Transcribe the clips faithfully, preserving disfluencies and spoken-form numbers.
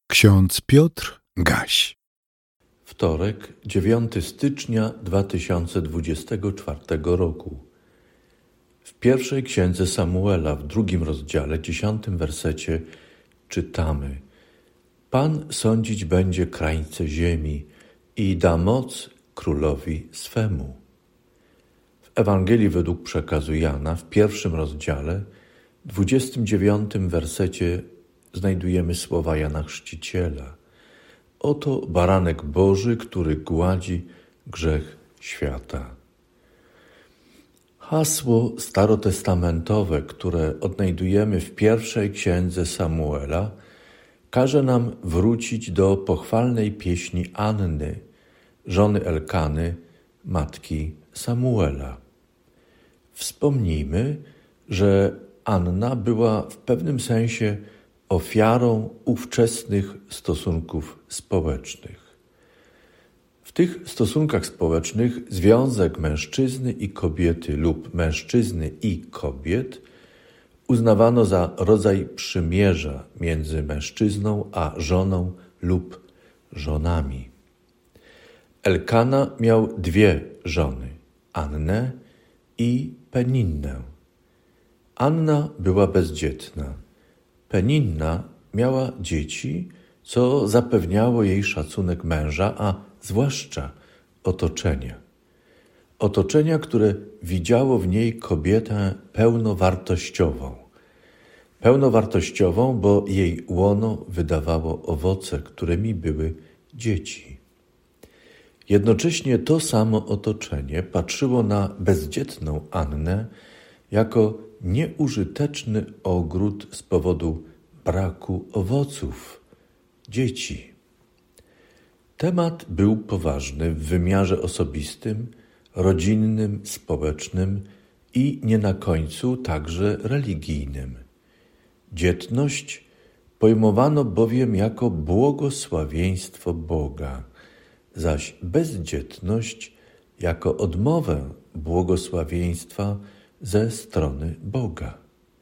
Ksiądz Piotr Gaś. Wtorek, dziewiątego stycznia dwa tysiące dwudziestego czwartego roku. W pierwszej księdze Samuela, w drugim rozdziale, dziesiątym wersecie czytamy: Pan sądzić będzie krańce ziemi i da moc królowi swemu. W Ewangelii według przekazu Jana, w pierwszym rozdziale, dwudziestym dziewiątym wersecie znajdujemy słowa Jana Chrzciciela. Oto baranek Boży, który gładzi grzech świata. Hasło starotestamentowe, które odnajdujemy w pierwszej księdze Samuela, każe nam wrócić do pochwalnej pieśni Anny, żony Elkany, matki Samuela. Wspomnijmy, że Anna była w pewnym sensie ofiarą ówczesnych stosunków społecznych. W tych stosunkach społecznych związek mężczyzny i kobiety lub mężczyzny i kobiet uznawano za rodzaj przymierza między mężczyzną a żoną lub żonami. Elkana miał dwie żony, Annę i Peninnę. Anna była bezdzietna. Peninna miała dzieci, co zapewniało jej szacunek męża, a zwłaszcza otoczenia. Otoczenia, które widziało w niej kobietę pełnowartościową. Pełnowartościową, bo jej łono wydawało owoce, którymi były dzieci. Jednocześnie to samo otoczenie patrzyło na bezdzietną Annę jako nieużyteczny ogród z powodu braku owoców, dzieci. Temat był poważny w wymiarze osobistym, rodzinnym, społecznym i nie na końcu także religijnym. Dzietność pojmowano bowiem jako błogosławieństwo Boga, zaś bezdzietność jako odmowę błogosławieństwa ze strony Boga.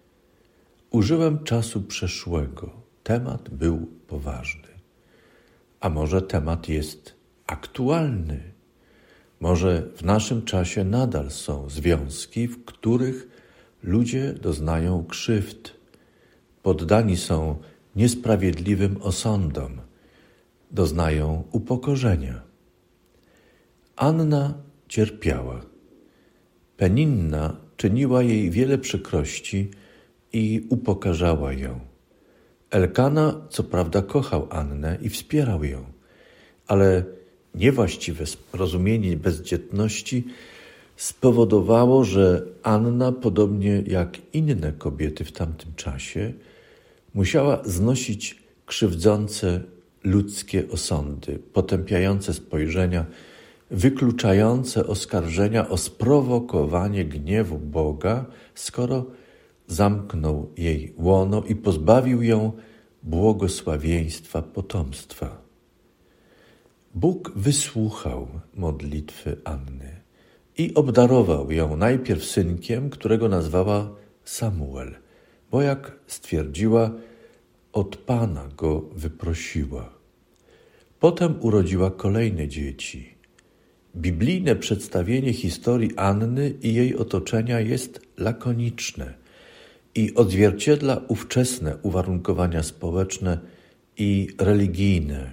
Użyłem czasu przeszłego. Temat był poważny. A może temat jest aktualny? Może w naszym czasie nadal są związki, w których ludzie doznają krzywd, poddani są niesprawiedliwym osądom, doznają upokorzenia. Anna cierpiała. Peninna czyniła jej wiele przykrości i upokarzała ją. Elkana co prawda kochał Annę i wspierał ją, ale niewłaściwe rozumienie bezdzietności spowodowało, że Anna, podobnie jak inne kobiety w tamtym czasie, musiała znosić krzywdzące ludzkie osądy, potępiające spojrzenia, wykluczające oskarżenia o sprowokowanie gniewu Boga, skoro zamknął jej łono i pozbawił ją błogosławieństwa potomstwa. Bóg wysłuchał modlitwy Anny i obdarował ją najpierw synkiem, którego nazwała Samuel, bo jak stwierdziła, od Pana go wyprosiła. Potem urodziła kolejne dzieci. Biblijne przedstawienie historii Anny i jej otoczenia jest lakoniczne i odzwierciedla ówczesne uwarunkowania społeczne i religijne.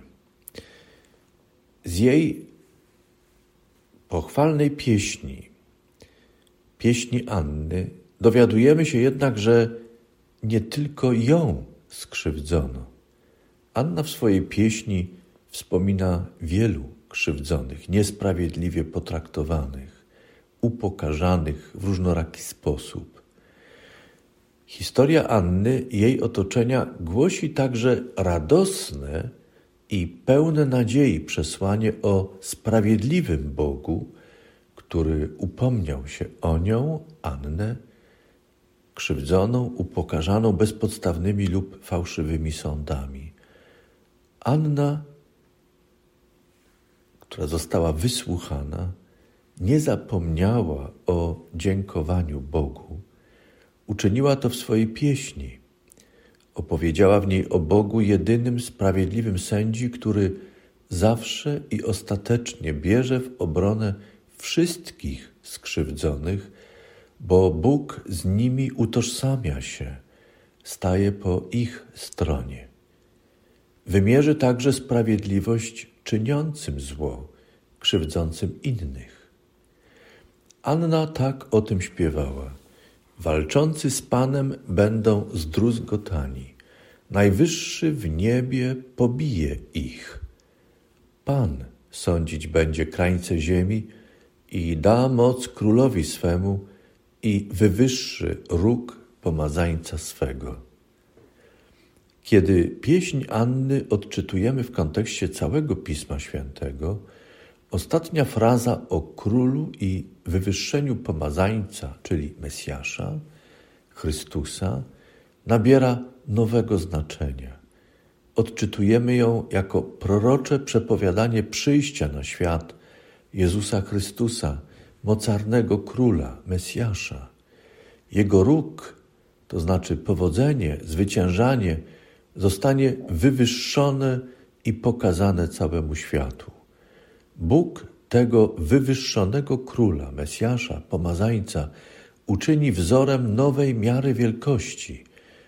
Z jej pochwalnej pieśni, pieśni Anny, dowiadujemy się jednak, że nie tylko ją skrzywdzono. Anna w swojej pieśni wspomina wielu krzywdzonych, niesprawiedliwie potraktowanych, upokarzanych w różnoraki sposób. Historia Anny i jej otoczenia głosi także radosne i pełne nadziei przesłanie o sprawiedliwym Bogu, który upomniał się o nią, Annę, krzywdzoną, upokarzaną bezpodstawnymi lub fałszywymi sądami. Anna, która została wysłuchana, nie zapomniała o dziękowaniu Bogu. Uczyniła to w swojej pieśni. Opowiedziała w niej o Bogu, jedynym sprawiedliwym sędzi, który zawsze i ostatecznie bierze w obronę wszystkich skrzywdzonych, bo Bóg z nimi utożsamia się, staje po ich stronie. Wymierzy także sprawiedliwość czyniącym zło, krzywdzącym innych. Anna tak o tym śpiewała. Walczący z Panem będą zdruzgotani. Najwyższy w niebie pobije ich. Pan sądzić będzie krańce ziemi i da moc królowi swemu i wywyższy róg pomazańca swego. Kiedy pieśń Anny odczytujemy w kontekście całego Pisma Świętego, ostatnia fraza o królu i wywyższeniu pomazańca, czyli Mesjasza, Chrystusa, nabiera nowego znaczenia. Odczytujemy ją jako prorocze przepowiadanie przyjścia na świat Jezusa Chrystusa, mocarnego króla, Mesjasza. Jego róg, to znaczy powodzenie, zwyciężanie, zostanie wywyższone i pokazane całemu światu. Bóg tego wywyższonego króla, Mesjasza, pomazańca uczyni wzorem nowej miary wielkości,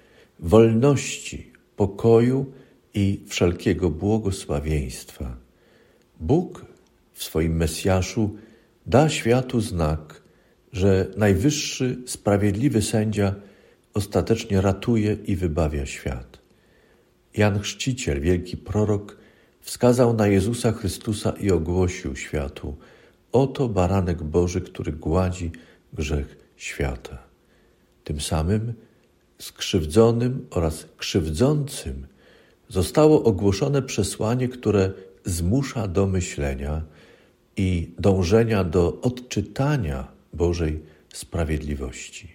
wolności, pokoju i wszelkiego błogosławieństwa. Bóg w swoim Mesjaszu da światu znak, że najwyższy, sprawiedliwy sędzia ostatecznie ratuje i wybawia świat. Jan Chrzciciel, wielki prorok, wskazał na Jezusa Chrystusa i ogłosił światu: oto baranek Boży, który gładzi grzech świata. Tym samym skrzywdzonym oraz krzywdzącym zostało ogłoszone przesłanie, które zmusza do myślenia i dążenia do odczytania Bożej sprawiedliwości.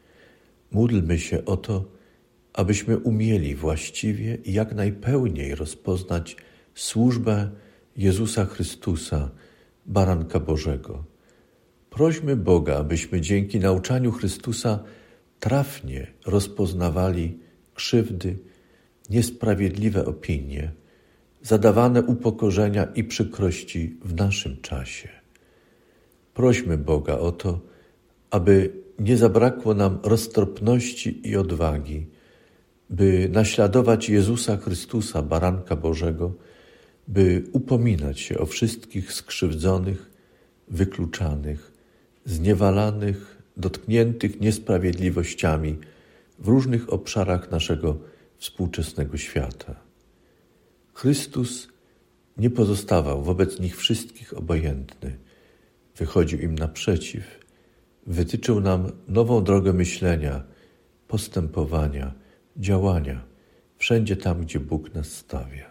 Módlmy się o to, abyśmy umieli właściwie i jak najpełniej rozpoznać służbę Jezusa Chrystusa, Baranka Bożego. Prośmy Boga, abyśmy dzięki nauczaniu Chrystusa trafnie rozpoznawali krzywdy, niesprawiedliwe opinie, zadawane upokorzenia i przykrości w naszym czasie. Prośmy Boga o to, aby nie zabrakło nam roztropności i odwagi, by naśladować Jezusa Chrystusa, Baranka Bożego, by upominać się o wszystkich skrzywdzonych, wykluczanych, zniewalanych, dotkniętych niesprawiedliwościami w różnych obszarach naszego współczesnego świata. Chrystus nie pozostawał wobec nich wszystkich obojętny, wychodził im naprzeciw, wytyczył nam nową drogę myślenia, postępowania, działania, wszędzie tam, gdzie Bóg nas stawia.